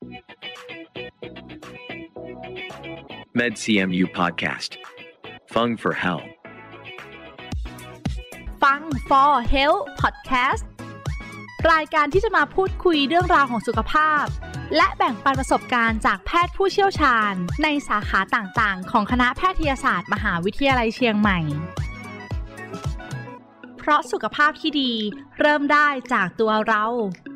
MedCMU Podcast. Fung for Hell. ฟัง for Health Podcast รายการที่จะมาพูดคุยเรื่องราวของสุขภาพและแบ่งปันประสบการณ์จากแพทย์ผู้เชี่ยวชาญในสาขาต่างๆของคณะแพทยศาสตร์มหาวิทยาลัยเชียงใหม่เพราะสุขภาพที่ดีเริ่มได้จากตัวเรา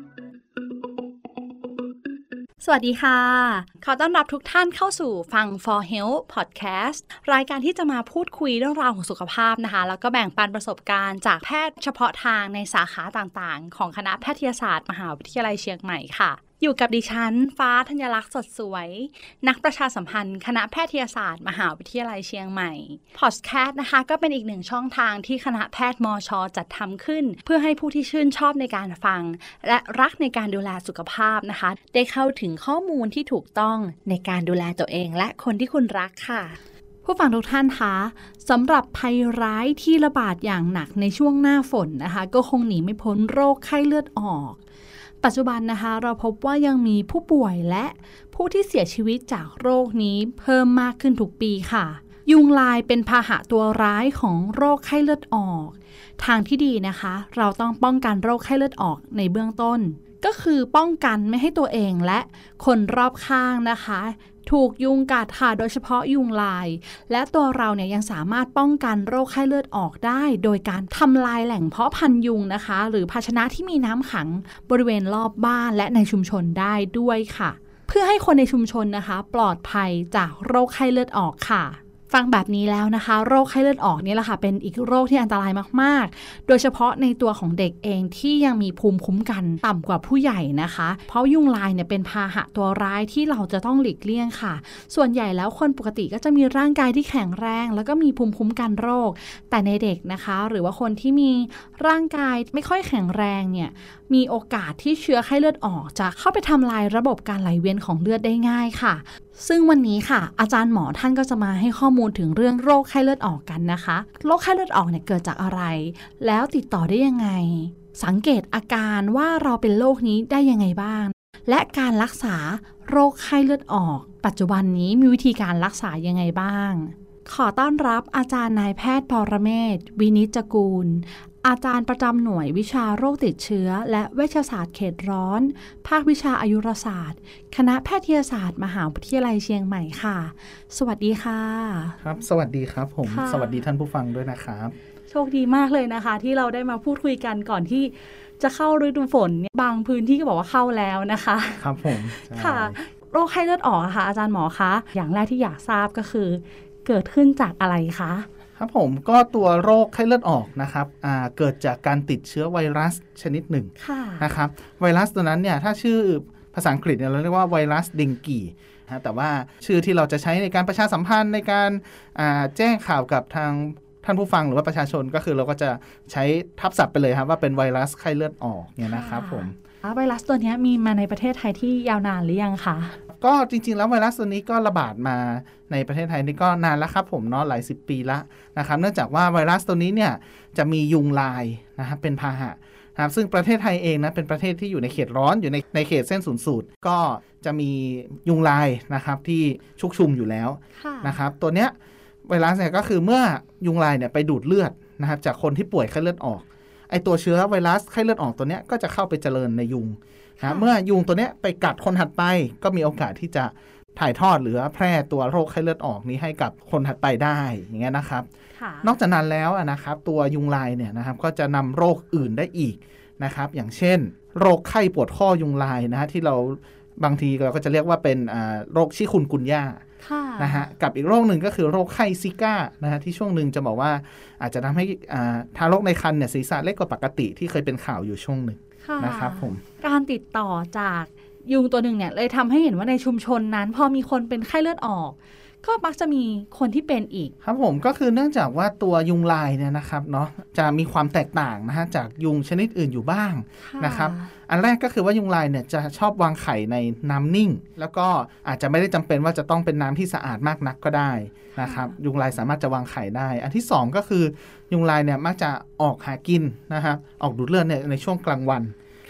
สวัสดีค่ะขอต้อนรับทุกท่านเข้าสู่ฟัง For Health Podcast รายการที่จะมาพูดคุยเรื่องราวของสุขภาพนะคะแล้วก็แบ่งปันประสบการณ์จากแพทย์เฉพาะทางในสาขาต่างๆของคณะแพทยศาสตร์มหาวิทยาลัยเชียงใหม่ค่ะอยู่กับดิฉันฟ้าธัญลักษณ์สดสวยนักประชาสัมพันธ์คณะแพทยศาสตร์มหาวิทยาลัยเชียงใหม่พอดแคสต์นะคะก็เป็นอีกหนึ่งช่องทางที่คณะแพทย์มช.จัดทำขึ้นเพื่อให้ผู้ที่ชื่นชอบในการฟังและรักในการดูแลสุขภาพนะคะได้เข้าถึงข้อมูลที่ถูกต้องในการดูแลตัวเองและคนที่คุณรักค่ะผู้ฟังทุกท่านคะสำหรับภัยร้ายที่ระบาดอย่างหนักในช่วงหน้าฝนนะคะก็คงหนีไม่พ้นโรคไข้เลือดออกปัจจุบันนะคะเราพบว่ายังมีผู้ป่วยและผู้ที่เสียชีวิตจากโรคนี้เพิ่มมากขึ้นทุกปีค่ะยุงลายเป็นพาหะตัวร้ายของโรคไข้เลือดออกทางที่ดีนะคะเราต้องป้องกันโรคไข้เลือดออกในเบื้องต้นก็คือป้องกันไม่ให้ตัวเองและคนรอบข้างนะคะถูกยุงกัดค่ะโดยเฉพาะยุงลายและตัวเราเนี่ยยังสามารถป้องกันโรคไข้เลือดออกได้โดยการทำลายแหล่งเพาะพันธุ์ยุงนะคะหรือภาชนะที่มีน้ำขังบริเวณรอบบ้านและในชุมชนได้ด้วยค่ะเพื่อให้คนในชุมชนนะคะปลอดภัยจากโรคไข้เลือดออกค่ะฟังแบบนี้แล้วนะคะโรคไข้เลือดออกนี่แหละค่ะเป็นอีกโรคที่อันตรายมากๆโดยเฉพาะในตัวของเด็กเองที่ยังมีภูมิคุ้มกันต่ำกว่าผู้ใหญ่นะคะเพราะยุงลายเนี่ยเป็นพาหะตัวร้ายที่เราจะต้องหลีกเลี่ยงค่ะส่วนใหญ่แล้วคนปกติก็จะมีร่างกายที่แข็งแรงแล้วก็มีภูมิคุ้มกันโรคแต่ในเด็กนะคะหรือว่าคนที่มีร่างกายไม่ค่อยแข็งแรงเนี่ยมีโอกาสที่เชื้อไข้เลือดออกจะเข้าไปทำลายระบบการไหลเวียนของเลือดได้ง่ายค่ะซึ่งวันนี้ค่ะอาจารย์หมอท่านก็จะมาให้ข้อมูลถึงเรื่องโรคไข้เลือดออกกันนะคะโรคไข้เลือดออกเนี่ยเกิดจากอะไรแล้วติดต่อได้ยังไงสังเกตอาการว่าเราเป็นโรคนี้ได้ยังไงบ้างและการรักษาโรคไข้เลือดออกปัจจุบันนี้มีวิธีการรักษายังไงบ้างขอต้อนรับอาจารย์นายแพทย์ปรเมศวร์ วินิจกูลอาจารย์ประจำหน่วยวิชาโรคติดเชื้อและเวชศาสตร์เขตร้อนภาควิชาอายุรศาสตร์คณะแพทยศาสตร์มหาวิทยาลัยเชียงใหม่ค่ะสวัสดีค่ะครับสวัสดีครับผมสวัสดีท่านผู้ฟังด้วยนะครับโชคดีมากเลยนะคะที่เราได้มาพูดคุยกันก่อนที่จะเข้าฤดูฝนบางพื้นที่ก็บอกว่าเข้าแล้วนะคะครับผมค่ะโรคไข้เลือดออกค่ะอาจารย์หมอคะอย่างแรกที่อยากทราบก็คือเกิดขึ้นจากอะไรคะครับผมก็ตัวโรคไข้เลือดออกนะครับเกิดจากการติดเชื้อไวรัสชนิดหนึ่งนะครับไวรัสตัวนั้นเนี่ยถ้าชื่อภาษาอังกฤษเนี่ยเราเรียกว่าไวรัสเดงกีนะแต่ว่าชื่อที่เราจะใช้ในการประชาสัมพันธ์ในการแจ้งข่าวกับทางท่านผู้ฟังหรือว่าประชาชนก็คือเราก็จะใช้ทับศัพท์ไปเลยครับว่าเป็นไวรัสไข้เลือดออกเนี่ยนะครับผมไวรัสตัวนี้มีมาในประเทศไทยที่ยาวนานหรือยังคะก็จริงๆแล้วไวรัสตัวนี้ก็ระบาดมาในประเทศไทยนี่ก็นานแล้วครับผมเนาะหลาย10 ปีละนะครับเนื่องจากว่าไวรัสตัวนี้เนี่ยจะมียุงลายนะครับเป็นพาหะนะครับซึ่งประเทศไทยเองนะเป็นประเทศที่อยู่ในเขตร้อนอยู่ในเขตเส้นศูนย์สูตรก็จะมียุงลายนะครับที่ชุกชุมอยู่แล้วนะครับตัวเนี้ยไวรัสเนี่ยก็คือเมื่อยุงลายเนี่ยไปดูดเลือดนะครับจากคนที่ป่วยไข้เลือดออกไอตัวเชื้อไวรัสไข้เลือดออกตัวเนี้ยก็จะเข้าไปเจริญในยุงนะเมื่อยุงตัวเนี้ยไปกัดคนถัดไปก็มีโอกาสที่จะถ่ายทอดหรือแพร่ตัวโรคไข้เลือดออกนี้ให้กับคนถัดไปได้อย่างเงี้ยนะครับนอกจากนั้นแล้วนะครับตัวยุงลายเนี่ยนะครับก็จะนำโรคอื่นได้อีกนะครับอย่างเช่นโรคไข้ปวดข้อยุงลายนะฮะที่เราบางทีเราก็จะเรียกว่าเป็นโรคชิคุนกุนย่านะฮะกับอีกโรคหนึ่งก็คือโรคไข้ซิก้านะฮะที่ช่วงหนึ่งจะบอกว่าอาจจะทำให้ทารกในครรภ์เนี่ยศีรษะเล็กกว่าปกติที่เคยเป็นข่าวอยู่ช่วงหนึ่งนะครับผมการติดต่อจากยุงตัวหนึ่งเนี่ยเลยทำให้เห็นว่าในชุมชนนั้นพอมีคนเป็นไข้เลือดออกก็มักจะมีคนที่เป็นอีกครับผมก็คือเนื่องจากว่าตัวยุงลายเนี่ยนะครับเนาะจะมีความแตกต่างนะฮะจากยุงชนิดอื่นอยู่บ้างนะครับอันแรกก็คือว่ายุงลายเนี่ยจะชอบวางไข่ในน้ำนิ่งแล้วก็อาจจะไม่ได้จำเป็นว่าจะต้องเป็นน้ำที่สะอาดมากนักก็ได้นะครับยุงลายสามารถจะวางไข่ได้อันที่2ก็คือยุงลายเนี่ยมักจะออกหากินนะครับออกดูดเลือดในช่วงกลางวัน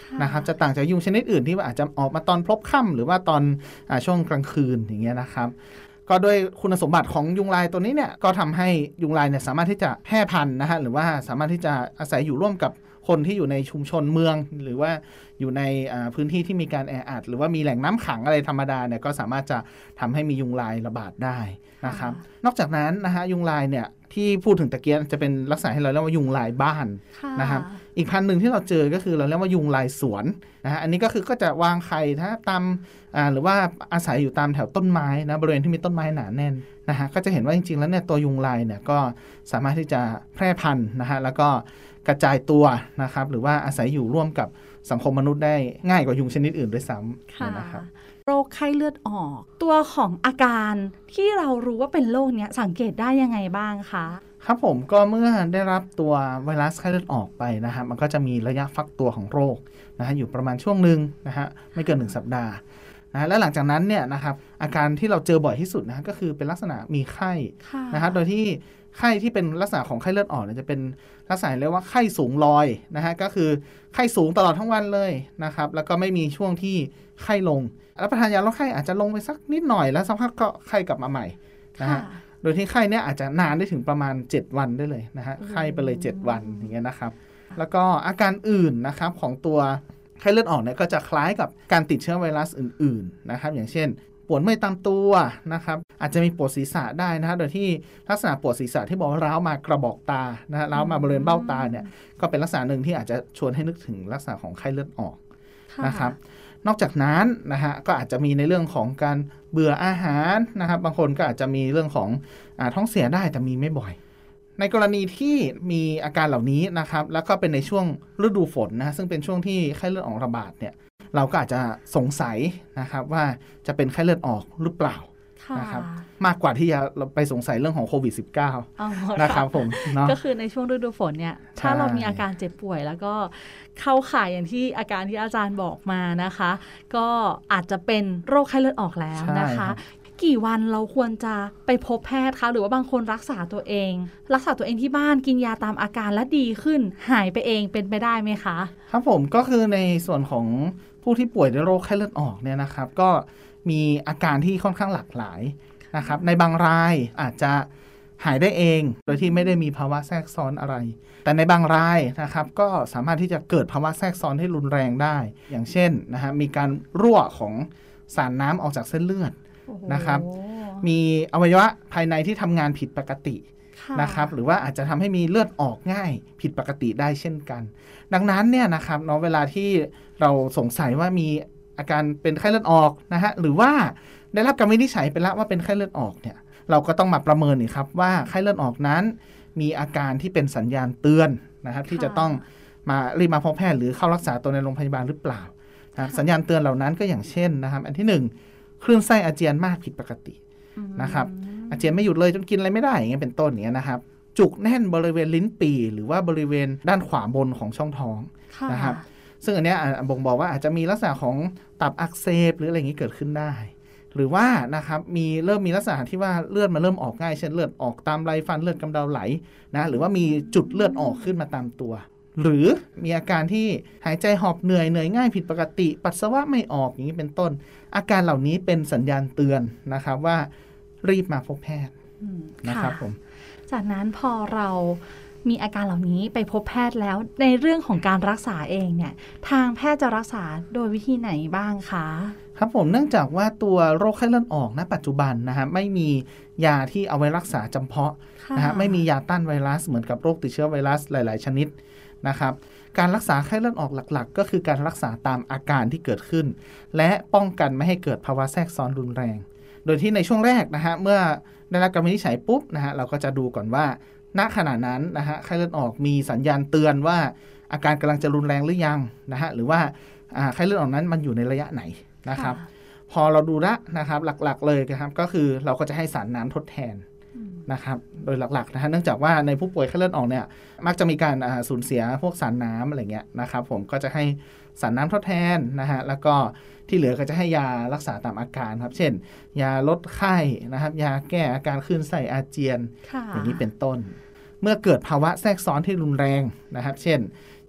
นะครับจะต่างจากยุงชนิดอื่นที่ว่าอาจจะออกมาตอนพลบค่ำหรือว่าตอนช่วงกลางคืนอย่างเงี้ยนะครับก็ด้วยคุณสมบัติของยุงลายตัวนี้เนี่ยก็ทำให้ยุงลายเนี่ยสามารถที่จะแพร่พันธุ์นะฮะหรือว่าสามารถที่จะอาศัยอยู่ร่วมกับคนที่อยู่ในชุมชนเมืองหรือว่าอยู่ในพื้นที่ที่มีการแออัดหรือว่ามีแหล่งน้ำขังอะไรธรรมดาเนี่ยก็สามารถจะทำให้มียุงลายระบาดได้นะครับนอกจากนั้นนะฮะยุงลายเนี่ยที่พูดถึงตะเกียบจะเป็นลักษณะที่เราเรียกว่ายุงลายบ้านนะครับอีกพันธุ์หนึ่งที่เราเจอก็คือเราเรียกว่ายุงลายสวนนะฮะอันนี้ก็คือก็จะวางไข่ตามหรือว่าอาศัยอยู่ตามแถวต้นไม้นะบริเวณที่มีต้นไม้หนาแน่นนะฮะก็จะเห็นว่าจริงๆแล้วเนี่ยตัวยุงลายเนี่ยก็สามารถที่จะแพร่พันธุ์นะฮะแล้วก็กระจายตัวนะครับหรือว่าอาศัยอยู่ร่วมกับสังคมมนุษย์ได้ง่ายกว่ายุงชนิดอื่นด้วยซ้ำนะครับโรคไข้เลือดออกตัวของอาการที่เรารู้ว่าเป็นโรคนี้สังเกตได้ยังไงบ้างคะครับผมก็เมื่อได้รับตัวไวรัสไข้เลือดออกไปนะฮะมันก็จะมีระยะฟักตัวของโรคนะฮะอยู่ประมาณช่วงนึงนะฮะไม่เกิน1 สัปดาห์นะและหลังจากนั้นเนี่ยนะครับอาการที่เราเจอบ่อยที่สุดนะก็คือเป็นลักษณะมีไข้นะฮะโดยที่ไข้ที่เป็นลักษณะของไข้เลือดออกเนี่ยจะเป็นลักษณะเรียกว่าไข้สูงลอยนะฮะก็คือไข้สูงตลอดทั้งวันเลยนะครับแล้วก็ไม่มีช่วงที่ไข้ลงรับประทานยาลดไข้อาจจะลงไปสักนิดหน่อยแล้วสักพักก็ไข้กลับมาใหม่นะฮะโดยที่ไข้เนี่ยอาจจะนานได้ถึงประมาณ7 วันได้เลยนะฮะไข้ไปเลย7 วันอย่างเงี้ยนะครับแล้วก็อาการอื่นนะครับของตัวไข้เลือดออกเนี่ยก็จะคล้ายกับการติดเชื้อไวรัสอื่นๆนะครับอย่างเช่นปวดเมื่อยตามตัวนะครับอาจจะมีปวดศีรษะได้นะฮะโดยที่ลักษณะปวดศีรษะที่บอกว่าร้าวมากระบอกตานะฮะร้าวมาบริเวณเบ้าตาเนี่ยก็เป็นลักษณะหนึ่งที่อาจจะชวนให้นึกถึงลักษณะของไข้เลือดออกนะครับนอกจากนั้นนะฮะก็อาจจะมีในเรื่องของการเบื่ออาหารนะครับบางคนก็อาจจะมีเรื่องของท้องเสียได้แต่มีไม่บ่อยในกรณีที่มีอาการเหล่านี้นะครับแล้วก็เป็นในช่วงฤดูฝนนะซึ่งเป็นช่วงที่ไข้เลือดออกระบาดเนี่ยเราก็อาจจะสงสัยนะครับว่าจะเป็นไข้เลือดออกหรือเปล่านะครับมากกว่าที่จะไปสงสัยเรื่องของโควิด -19 นะครับผมเนาะก็คือในช่วงฤดูฝนเนี่ยถ้าเรามีอาการเจ็บป่วยแล้วก็เข้าข่ายอย่างที่อาการที่อาจารย์บอกมานะคะก็อาจจะเป็นโรคไข้เลือดออกแล้วนะคะกี่วันเราควรจะไปพบแพทย์คะหรือว่าบางคนรักษาตัวเองที่บ้านกินยาตามอาการและดีขึ้นหายไปเองเป็นไปได้ไหมคะครับผมก็คือในส่วนของผู้ที่ป่วยด้วยโรคไข้เลือดออกเนี่ยนะครับก็มีอาการที่ค่อนข้างหลากหลายนะครับในบางรายอาจจะหายได้เองโดยที่ไม่ได้มีภาวะแทรกซ้อนอะไรแต่ในบางรายนะครับก็สามารถที่จะเกิดภาวะแทรกซ้อนที่รุนแรงได้อย่างเช่นนะฮะมีการรั่วของสารน้ำออกจากเส้นเลือดนะครับมีอวัยวะภายในที่ทำงานผิดปกตินะครับหรือว่าอาจจะทำให้มีเลือดออกง่ายผิดปกติได้เช่นกันดังนั้นเนี่ยนะครับเนาะเวลาที่เราสงสัยว่ามีอาการเป็นไข้เลือดออกนะฮะหรือว่าได้รับการวินิจฉัยไปแล้วว่าเป็นไข้เลือดออกเนี่ยเราก็ต้องมาประเมินอีกครับว่าไข้เลือดออกนั้นมีอาการที่เป็นสัญญาณเตือนนะครับที่จะต้องมารีบมาพบแพทย์หรือเข้ารักษาตัวในโรงพยาบาลหรือเปล่าสัญญาณเตือนเหล่านั้นก็อย่างเช่นนะครับอันที่1คลื่นไส้อาเจียนมากผิดปกตินะครับอาเจียนไม่หยุดเลยจนกินอะไรไม่ได้อย่างเงี้ยเป็นต้นอย่างเงี้ยนะครับจุกแน่นบริเวณลิ้นปี่หรือว่าบริเวณด้านขวาบนของช่องท้องนะครับซึ่งอันเนี้ยบ่งบอกว่าอาจจะมีลักษณะของตับอักเสบหรืออะไรอย่างนี้เกิดขึ้นได้หรือว่านะครับเริ่มมีลักษณะที่ว่าเลือดมาเริ่มออกง่ายเช่นเลือดออกตามไรฟันเลือดกำเดาไหลนะหรือว่ามีจุดเลือดออกขึ้นมาตามตัวหรือมีอาการที่หายใจหอบเหนื่อยง่ายผิดปกติปัสสาวะไม่ออกอย่างนี้เป็นต้นอาการเหล่านี้เป็นสัญญาณเตือนนะครับว่ารีบมาพบแพทย์นะครับผมจากนั้นพอเรามีอาการเหล่านี้ไปพบแพทย์แล้วในเรื่องของการรักษาเองเนี่ยทางแพทย์จะรักษาโดยวิธีไหนบ้างคะครับผมเนื่องจากว่าตัวโรคไข้เลือดออกณปัจจุบันนะฮะไม่มียาที่เอาไว้รักษาจำเพาะนะฮะไม่มียาต้านไวรัสเหมือนกับโรคติดเชื้อไวรัสหลายๆชนิดนะครับการรักษาไข้เลือดออกหลักๆก็คือการรักษาตามอาการที่เกิดขึ้นและป้องกันไม่ให้เกิดภาวะแทรกซ้อนรุนแรงโดยที่ในช่วงแรกนะฮะเมื่อได้รับการวินิจฉัยปุ๊บนะฮะเราก็จะดูก่อนว่าณขณะนั้นนะฮะไข้เลือดออกมีสัญญาณเตือนว่าอาการกำลังจะรุนแรงหรือยังนะฮะหรือว่าไข้เลือดออกนั้นมันอยู่ในระยะไหนนะครับพอเราดูละนะครับหลักๆเลยนะครับก็คือเราก็จะให้สารน้ำทดแทนนะครับโดยหลักๆนะฮะเนื่องจากว่าในผู้ป่วยไข้เลือดออกเนี่ยมักจะมีการสูญเสียพวกสารน้ำอะไรเงี้ยนะครับผมก็จะให้สารน้ำทดแทนนะฮะแล้วก็ที่เหลือก็จะให้ยารักษาตามอาการครับเช่นยาลดไข้นะครับยาแก้อาการคลื่นไส้อาเจียนอย่างนี้เป็นต้นเมื่อเกิดภาวะแทรกซ้อนที่รุนแรงนะครับเช่น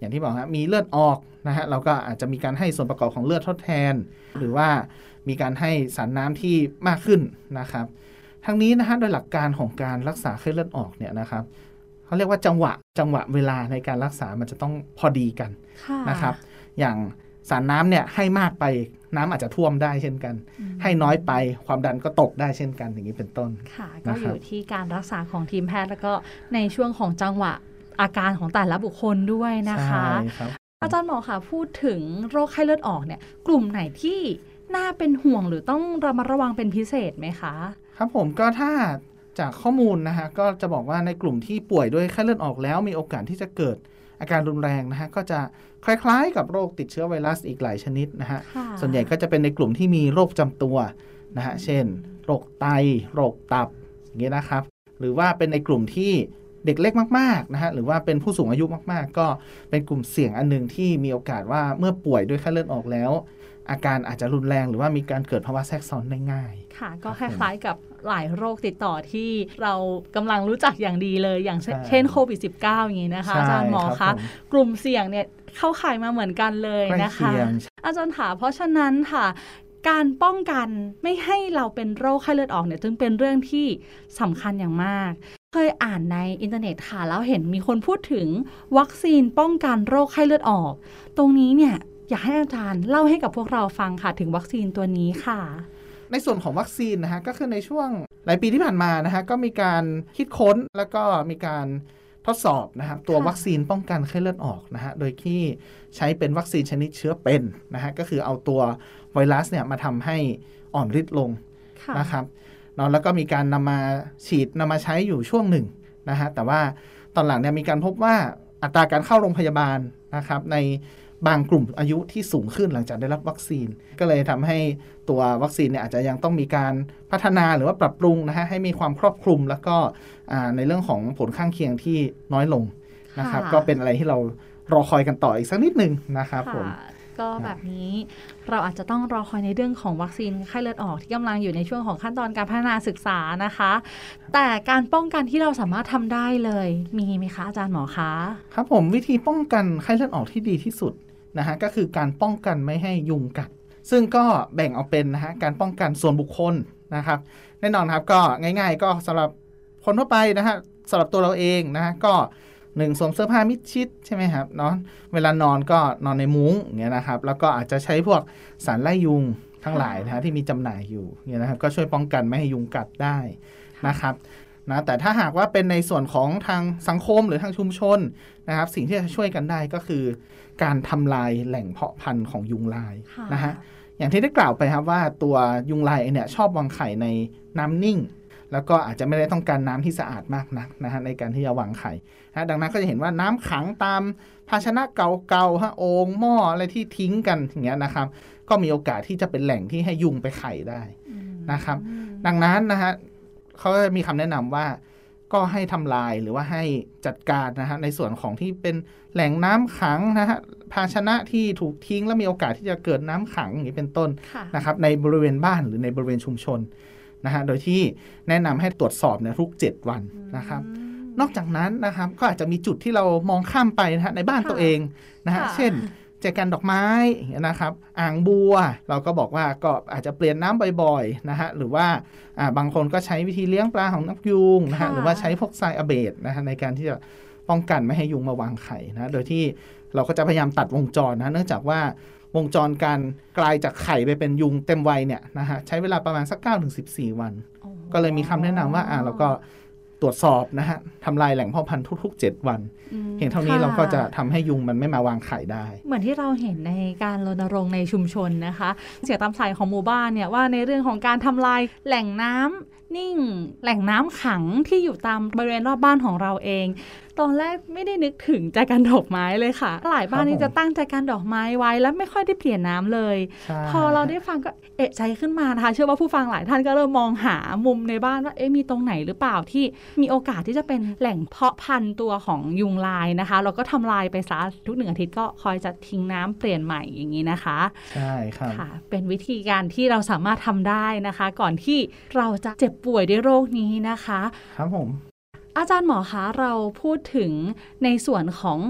อย่างที่บอกฮะมีเลือดออกนะฮะเราก็อาจจะมีการให้ส่วนประกอบของเลือดทดแทนหรือว่ามีการให้สารน้ำที่มากขึ้นนะครับทั้งนี้นะฮะโดยหลักการของการรักษาไข้เลือดออกเนี่ยนะครับเขาเรียกว่าจังหวะเวลาในการรักษามันจะต้องพอดีกันนะครับอย่างสารน้ำเนี่ยให้มากไปน้ำอาจจะท่วมได้เช่นกันให้น้อยไปความดันก็ตกได้เช่นกันอย่างนี้เป็นต้นค่ะก็อยู่ที่การรักษาของทีมแพทย์แล้วก็ในช่วงของจังหวะอาการของแต่ละบุคคลด้วยนะคะอาจารย์หมอค่ะพูดถึงโรคไข้เลือดออกเนี่ยกลุ่มไหนที่น่าเป็นห่วงหรือต้องระมัดระวังเป็นพิเศษไหมคะครับผมก็ถ้าจากข้อมูลนะฮะก็จะบอกว่าในกลุ่มที่ป่วยด้วยไข้เลือดออกแล้วมีโอกาสที่จะเกิดอาการรุนแรงนะฮะก็จะคล้ายๆกับโรคติดเชื้อไวรัสอีกหลายชนิดนะฮะส่วนใหญ่ก็จะเป็นในกลุ่มที่มีโรคประจำตัวนะฮะเช่นโรคไตโรคตับอย่างเงี้ยนะครับหรือว่าเป็นในกลุ่มที่เด็กเล็กมากๆนะฮะหรือว่าเป็นผู้สูงอายุมากๆก็เป็นกลุ่มเสี่ยงอันนึงที่มีโอกาสว่าเมื่อป่วยด้วยไข้เลือดออกแล้วอาการอาจจะรุนแรงหรือว่ามีการเกิดภาวะแทรกซ้อนได้ง่ายค่ะก็คล้ายๆกับหลายโรคติดต่อที่เรากำลังรู้จักอย่างดีเลยอย่างเช่นโควิด -19 อย่างนี้นะคะอาจารย์หมอคะกลุ่มเสี่ยงเนี่ยเข้าข่ายมาเหมือนกันเลยนะคะอาจารย์ค่ะเพราะฉะนั้นค่ะการป้องกันไม่ให้เราเป็นโรคไข้เลือดออกเนี่ยจึงเป็นเรื่องที่สำคัญอย่างมากเคยอ่านในอินเทอร์เน็ตค่ะแล้วเห็นมีคนพูดถึงวัคซีนป้องกันโรคไข้เลือดออกตรงนี้เนี่ยอยากให้อาจารย์เล่าให้กับพวกเราฟังค่ะถึงวัคซีนตัวนี้ค่ะในส่วนของวัคซีนนะฮะก็คือในช่วงหลายปีที่ผ่านมานะฮะก็มีการคิดค้นแล้วก็มีการทดสอบนะครับตัววัคซีนป้องกันไข้เลือดออกนะฮะโดยที่ใช้เป็นวัคซีนชนิดเชื้อเป็นนะฮะก็คือเอาตัวไวรัสเนี่ยมาทำให้อ่อนฤทธิ์ลงนะครับแล้วก็มีการนำมาฉีดนำมาใช้อยู่ช่วงหนึ่งนะฮะแต่ว่าตอนหลังเนี่ยมีการพบว่าอัตราการเข้าโรงพยาบาลนะครับในบางกลุ่มอายุที่สูงขึ้นหลังจากได้รับวัคซีนก็เลยทำให้ตัววัคซีนเนี่ยอาจจะยังต้องมีการพัฒนาหรือว่าปรับปรุงนะฮะให้มีความครอบคลุมแล้วก็ในเรื่องของผลข้างเคียงที่น้อยลงนะครับก็เป็นอะไรที่เรารอคอยกันต่ออีกสักนิดนึงนะครับผมก็แบบนี้เราอาจจะต้องรอคอยในเรื่องของวัคซีนไข้เลือดออกที่กำลังอยู่ในช่วงของขั้นตอนการพัฒนาศึกษานะคะแต่การป้องกันที่เราสามารถทำได้เลยมีไหมคะอาจารย์หมอคะครับผมวิธีป้องกันไข้เลือดออกที่ดีที่สุดนะฮะก็คือการป้องกันไม่ให้ยุงกัดซึ่งก็แบ่งออกเป็นนะฮะการป้องกันส่วนบุคคลนะครับแน่นอนครับก็ง่ายๆก็สำหรับคนทั่วไปนะฮะสำหรับตัวเราเองนะฮะก็1สวมเสื้อผ้ามิดชิดใช่ไหมครับเนาะเวลานอนก็นอนในมุ้งอย่างเงี้ยนะครับแล้วก็อาจจะใช้พวกสารไล่ยุงทั้งหลายนะฮะที่มีจำหน่ายอยู่เนี่ยนะครับก็ช่วยป้องกันไม่ให้ยุงกัดได้นะครับนะแต่ถ้าหากว่าเป็นในส่วนของทางสังคมหรือทางชุมชนนะครับสิ่งที่จะช่วยกันได้ก็คือการทำลายแหล่งเพาะพันธุ์ของยุงลายนะฮะอย่างที่ได้กล่าวไปครับว่าตัวยุงลายเนี่ยชอบวางไข่ในน้ำนิ่งแล้วก็อาจจะไม่ได้ต้องการน้ำที่สะอาดมากนักนะฮะในการที่จะวางไข่นะดังนั้นก็จะเห็นว่าน้ำขังตามภาชนะเก่าๆฮะโอ่งหม้ออะไรที่ทิ้งกันอย่างเงี้ยนะครับก็มีโอกาสที่จะเป็นแหล่งที่ให้ยุงไปไข่ได้นะครับดังนั้นนะฮะเขาจะมีคำแนะนำว่าก็ให้ทำลายหรือว่าให้จัดการนะฮะในส่วนของที่เป็นแหล่งน้ำขังนะฮะภาชนะที่ถูกทิ้งแล้วมีโอกาสที่จะเกิดน้ำขังอย่างนี้เป็นต้นนะครับในบริเวณบ้านหรือในบริเวณชุมชนนะฮะโดยที่แนะนำให้ตรวจสอบเนี่ยทุก7วันนะครับนอกจากนั้นนะครับก็อาจจะมีจุดที่เรามองข้ามไปนะฮะในบ้านตัวเองนะฮะเช่นแจกันดอกไม้นะครับอ่างบัวเราก็บอกว่าก็อาจจะเปลี่ยนน้ำบ่อยๆนะฮะหรือว่าบางคนก็ใช้วิธีเลี้ยงปลาของนกยูงนะฮะหรือว่าใช้พวกทรายอะเบดนะฮะในการที่จะป้องกันไม่ให้ยุงมาวางไข่นะโดยที่เราก็จะพยายามตัดวงจรนะเนื่องจากว่าวงจรการกลายจากไข่ไปเป็นยุงเต็มวัยเนี่ยนะฮะใช้เวลาประมาณสัก 9-14 วันก็เลยมีคำแนะนำว่าเราก็ตรวจสอบนะฮะทำลายแหล่งเพาะพันธุ์ทุกๆ7วันเพียงเท่านี้เราก็จะทำให้ยุงมันไม่มาวางไข่ได้เหมือนที่เราเห็นในการรณรงค์ในชุมชนนะคะเสียงตามสายของหมู่บ้านเนี่ยว่าในเรื่องของการทำลายแหล่งน้ำนิ่งแหล่งน้ำขังที่อยู่ตามบริเวณรอบบ้านของเราเองตอนแรกไม่ได้นึกถึงแจกันดอกไม้เลยค่ะหลายบ้านนี่จะตั้งแจกันดอกไม้ไว้แล้วไม่ค่อยได้เปลี่ยนน้ำเลยพอเราได้ฟังก็เอะใจขึ้นมานะคะเชื่อว่าผู้ฟังหลายท่านก็เริ่มมองหามุมในบ้านว่ามีตรงไหนหรือเปล่าที่มีโอกาสที่จะเป็นแหล่งเพาะพันธุ์ตัวของยุงลายนะคะเราก็ทำลายไปซะทุก1 อาทิตย์ก็คอยจะทิ้งน้ำเปลี่ยนใหม่อย่างนี้นะคะใช่ครับค่ะเป็นวิธีการที่เราสามารถทำได้นะคะก่อนที่เราจะเจ็บป่วยด้วยโรคนี้นะคะครับผมอาจารย์หมอคะเราพูดถึงในส่วนของ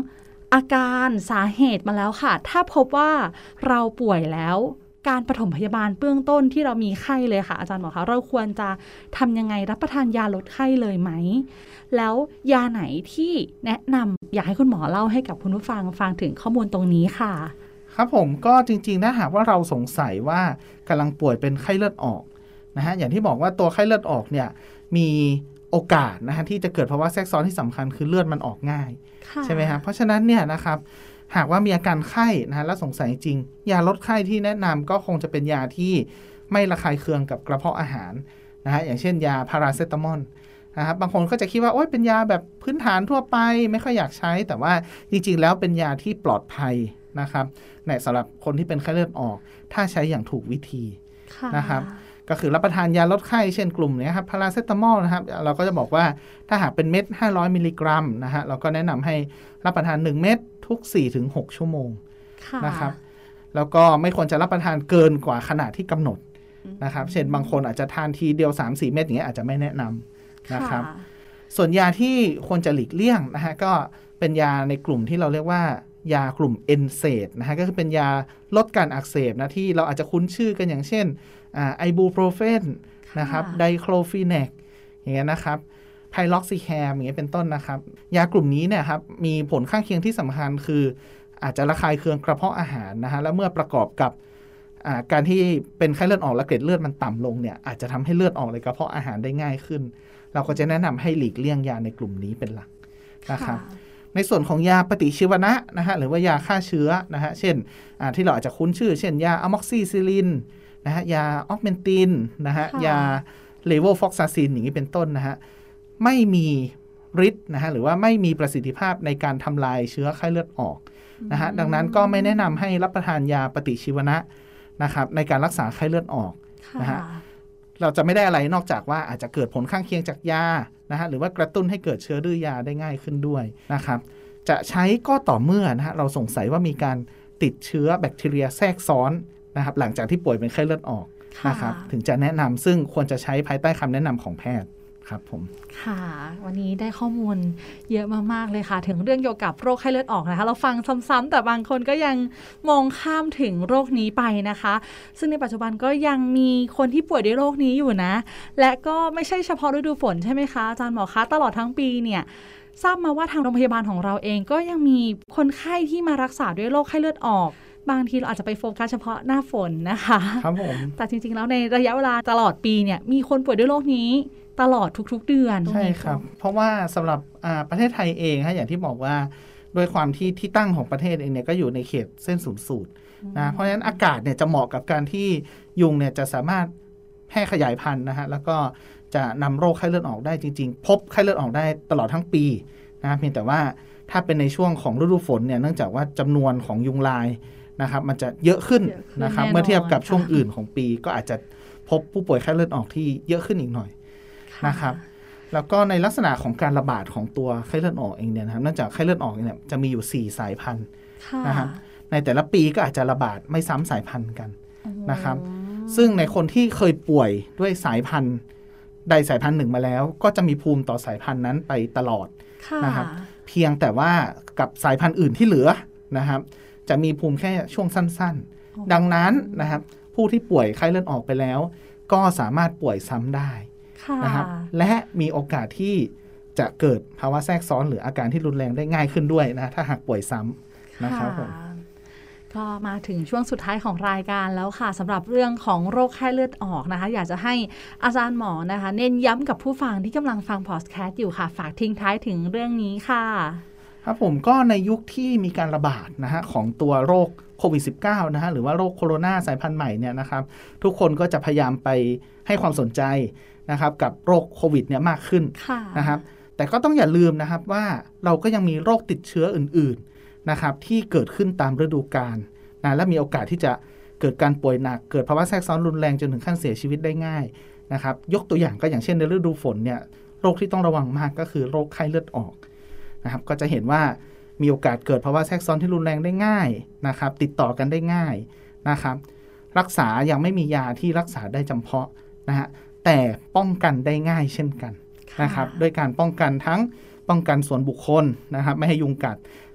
อาการสาเหตุมาแล้วค่ะถ้าพบว่าเราป่วยแล้วการปฐมพยาบาลเบื้องต้นที่เรามีไข้เลยค่ะอาจารย์หมอคะเราควรจะทำยังไงรับประทานยาลดไข้เลยไหมแล้วยาไหนที่แนะนำอยากให้คุณหมอเล่าให้กับคุณผู้ฟังถึงข้อมูลตรงนี้ค่ะครับผมก็จริงๆถ้าหากว่าเราสงสัยว่ากำลังป่วยเป็นไข้เลือดออกนะฮะอย่างที่บอกว่าตัวไข้เลือดออกเนี่ยมีโอกาสนะฮะที่จะเกิดภาวะแทรกซ้อนที่สำคัญคือเลือดมันออกง่ายใช่ไหมครับเพราะฉะนั้นเนี่ยนะครับหากว่ามีอาการไข้นะฮะแล้วสงสัยจริงยาลดไข้ที่แนะนำก็คงจะเป็นยาที่ไม่ระคายเคืองกับกระเพาะอาหารนะฮะอย่างเช่นยาพาราเซตามอลนะครับบางคนก็จะคิดว่าโอ๊ยเป็นยาแบบพื้นฐานทั่วไปไม่ค่อยอยากใช้แต่ว่าจริงๆแล้วเป็นยาที่ปลอดภัยนะครับในสำหรับคนที่เป็นไข้เลือดออกถ้าใช้อย่างถูกวิธีนะครับก็คือรับประทานยาลดไข้เช่นกลุ่มนี้ครับพาราเซตามอลนะครับเราก็จะบอกว่าถ้าหากเป็นเม็ด500มิลลิกรัมนะฮะเราก็แนะนำให้รับประทาน1เม็ดทุก 4-6 ชั่วโมงนะครับแล้วก็ไม่ควรจะรับประทานเกินกว่าขนาดที่กำหนดนะครับเช่นบางคนอาจจะทานทีเดียว 3-4 เม็ดอย่างเงี้ยอาจจะไม่แนะนำนะครับส่วนยาที่ควรจะหลีกเลี่ยงนะฮะก็เป็นยาในกลุ่มที่เราเรียกว่ายากลุ่ม NSAID นะฮะก็คือเป็นยาลดการอักเสบนะที่เราอาจจะคุ้นชื่อกันอย่างเช่นไอบูโปรเฟนนะครับไดโคลฟีแนกอย่างเงี้ยนะครับไพล็อกซิแคมอย่างเงี้ยเป็นต้นนะครับยากลุ่มนี้เนี่ยครับมีผลข้างเคียงที่สำคัญคืออาจจะระคายเคืองกระเพาะอาหารนะฮะแล้วเมื่อประกอบกับการที่เป็นไข้เลือดออกและเกล็ดเลือดมันต่ำลงเนี่ยอาจจะทำให้เลือดออกในกระเพาะอาหารได้ง่ายขึ้นเราก็จะแนะนำให้หลีกเลี่ยงยาในกลุ่มนี้เป็นหลักนะครับในส่วนของยาปฏิชีวนะนะฮะหรือว่ายาฆ่าเชื้อนะฮะเช่นที่เราอาจจะคุ้นชื่อเช่นยาอะม็อกซิซิลินนะฮะยาออกเมนตินนะฮะยาเลโวฟอกซาซินอย่างนี้เป็นต้นนะฮะไม่มีฤทธิ์นะฮะหรือว่าไม่มีประสิทธิภาพในการทำลายเชื้อไข้เลือดออกนะฮะดังนั้นก็ไม่แนะนำให้รับประทานยาปฏิชีวนะนะครับในการรักษาไข้เลือดออกนะฮะเราจะไม่ได้อะไรนอกจากว่าอาจจะเกิดผลข้างเคียงจากยานะฮะหรือว่ากระตุ้นให้เกิดเชื้อดื้อยาได้ง่ายขึ้นด้วยนะครับจะใช้ก็ต่อเมื่อนะฮะเราสงสัยว่ามีการติดเชื้อแบคทีเรียแทรกซ้อนนะครับหลังจากที่ป่วยเป็นไข้เลือดออกนะครับถึงจะแนะนำซึ่งควรจะใช้ภายใต้คำแนะนำของแพทย์ครับผมค่ะวันนี้ได้ข้อมูลเยอะมากๆเลยค่ะถึงเรื่องเกี่ยวกับโรคไข้เลือดออกนะคะเราฟังซ้ำๆแต่บางคนก็ยังมองข้ามถึงโรคนี้ไปนะคะซึ่งในปัจจุบันก็ยังมีคนที่ป่วยด้วยโรคนี้อยู่นะและก็ไม่ใช่เฉพาะฤดูฝนใช่ไหมคะอาจารย์หมอคะตลอดทั้งปีเนี่ยทราบมาว่าทางโรงพยาบาลของเราเองก็ยังมีคนไข้ที่มารักษาด้วยโรคไข้เลือดออกบางทีเราอาจจะไปโฟกัสเฉพาะหน้าฝนนะคะครับผมแต่จริงๆแล้วในระยะเวลาตลอดปีเนี่ยมีคนป่วยด้วยโรคนี้ตลอดทุกๆเดือนใช่ครับเพราะว่าสำหรับประเทศไทยเองฮะอย่างที่บอกว่าโดยความที่ตั้งของประเทศเองเนี่ยก็อยู่ในเขตเส้นศูนย์สูตรนะเพราะฉะนั้นอากาศเนี่ยจะเหมาะกับการที่ยุงเนี่ยจะสามารถแพร่ขยายพันธุ์นะฮะแล้วก็จะนำโรคไข้เลือดออกได้จริงๆพบไข้เลือดออกได้ตลอดทั้งปีนะเพียงแต่ว่าถ้าเป็นในช่วงของฤดูฝนเนี่ยเนื่องจากว่าจำนวนของยุงลายนะครับมันจะเยอะขึ้นนะครับเมื่อเทียบกับช่วงอื่นของปีก็อาจจะพบผู้ป่วยไข้เลือดออกที่เยอะขึ้นอีกหน่อยนะครับแล้วก็ในลักษณะของการระบาดของตัวไข้เลือดออกเองเนี่ยนะครับเนื่องจากไข้เลือดออกเนี่ยจะมีอยู่4สายพันธุ์นะครับในแต่ละปีก็อาจจะระบาดไม่ซ้ำสายพันธุ์กันนะครับซึ่งในคนที่เคยป่วยด้วยสายพันธุ์ใดสายพันธุ์หนึ่งมาแล้วก็จะมีภูมิต่อสายพันธุ์นั้นไปตลอดนะครับเพียงแต่ว่ากับสายพันธุ์อื่นที่เหลือนะครับจะมีภูมิแค่ช่วงสั้นๆดังนั้นนะครับผู้ที่ป่วยไข้เลือดออกไปแล้วก็สามารถป่วยซ้ำได้นะครับและมีโอกาสที่จะเกิดภาวะแทรกซ้อนหรืออาการที่รุนแรงได้ง่ายขึ้นด้วยนะถ้าหากป่วยซ้ำนะครับผมก็มาถึงช่วงสุดท้ายของรายการแล้วค่ะสำหรับเรื่องของโรคไข้เลือดออกนะคะอยากจะให้อาจารย์หมอนะคะเน้นย้ำกับผู้ฟังที่กำลังฟังพอดแคสต์อยู่ค่ะฝากทิ้งท้ายถึงเรื่องนี้ค่ะครับผมก็ในยุคที่มีการระบาดนะฮะของตัวโรคโควิด -19 นะฮะหรือว่าโรคโคโรนาสายพันธุ์ใหม่เนี่ยนะครับทุกคนก็จะพยายามไปให้ความสนใจนะครับกับโรคโควิดเนี่ยมากขึ้นนะครับแต่ก็ต้องอย่าลืมนะครับว่าเราก็ยังมีโรคติดเชื้ออื่นๆนะครับที่เกิดขึ้นตามฤดูกาลนะและมีโอกาสที่จะเกิดการป่วยหนักเกิดภาวะแทรกซ้อนรุนแรงจนถึงขั้นเสียชีวิตได้ง่ายนะครับยกตัวอย่างก็อย่างเช่นในฤดูฝนเนี่ยโรคที่ต้องระวังมากก็คือโรคไข้เลือดออกนะครับก็จะเห็นว่ามีโอกาสเกิดภาวะแทรกซ้อนที่รุนแรงได้ง่ายนะครับติดต่อกันได้ง่ายนะครับรักษายังไม่มียาที่รักษาได้จำเพาะนะฮะแต่ป้องกันได้ง่ายเช่นกันนะครับด้วยการป้องกันทั้งป้องกันส่วนบุคคลนะครับไม่ให้ยุงกัด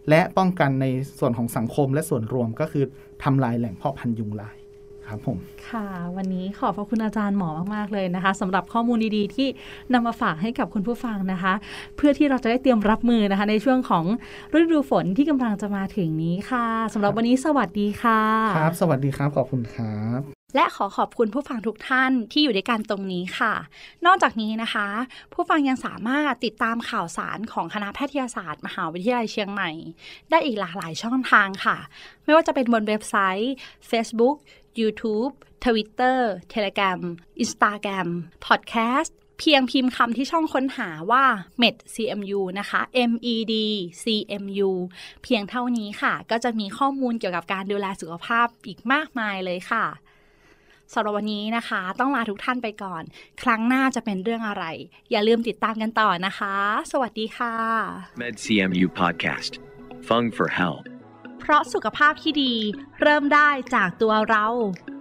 และป้องกันในส่วนของสังคมและส่วนรวมก็คือทำลายแหล่งเพาะพันธุ์ยุงลายครับผมค่ะวันนี้ขอบพระคุณอาจารย์หมอมากๆเลยนะคะสำหรับข้อมูลดีๆที่นำมาฝากให้กับคุณผู้ฟังนะคะเพื่อที่เราจะได้เตรียมรับมือนะคะในช่วงของฤดูฝนที่กำลังจะมาถึงนี้ค่ะสำหรับวันนี้สวัสดีค่ะครับสวัสดีครับขอบคุณครับและขอขอบคุณผู้ฟังทุกท่านที่อยู่ด้วยกันตรงนี้ค่ะนอกจากนี้นะคะผู้ฟังยังสามารถติดตามข่าวสารของคณะแพทยศาสตร์มหาวิทยาลัยเชียงใหม่ได้อีกหลากหลายช่องทางค่ะไม่ว่าจะเป็นบนเว็บไซต์ Facebook YouTube Twitter Telegram Instagram Podcast เพียงพิมพ์คำที่ช่องค้นหาว่า medcmu นะคะ medcmu เพียงเท่านี้ค่ะก็จะมีข้อมูลเกี่ยวกับการดูแลสุขภาพอีกมากมายเลยค่ะสำหรับวันนี้นะคะต้องลาทุกท่านไปก่อนครั้งหน้าจะเป็นเรื่องอะไรอย่าลืมติดตามกันต่อนะคะสวัสดีค่ะ MedCMU Podcast Fung for Health เพราะสุขภาพที่ดีเริ่มได้จากตัวเรา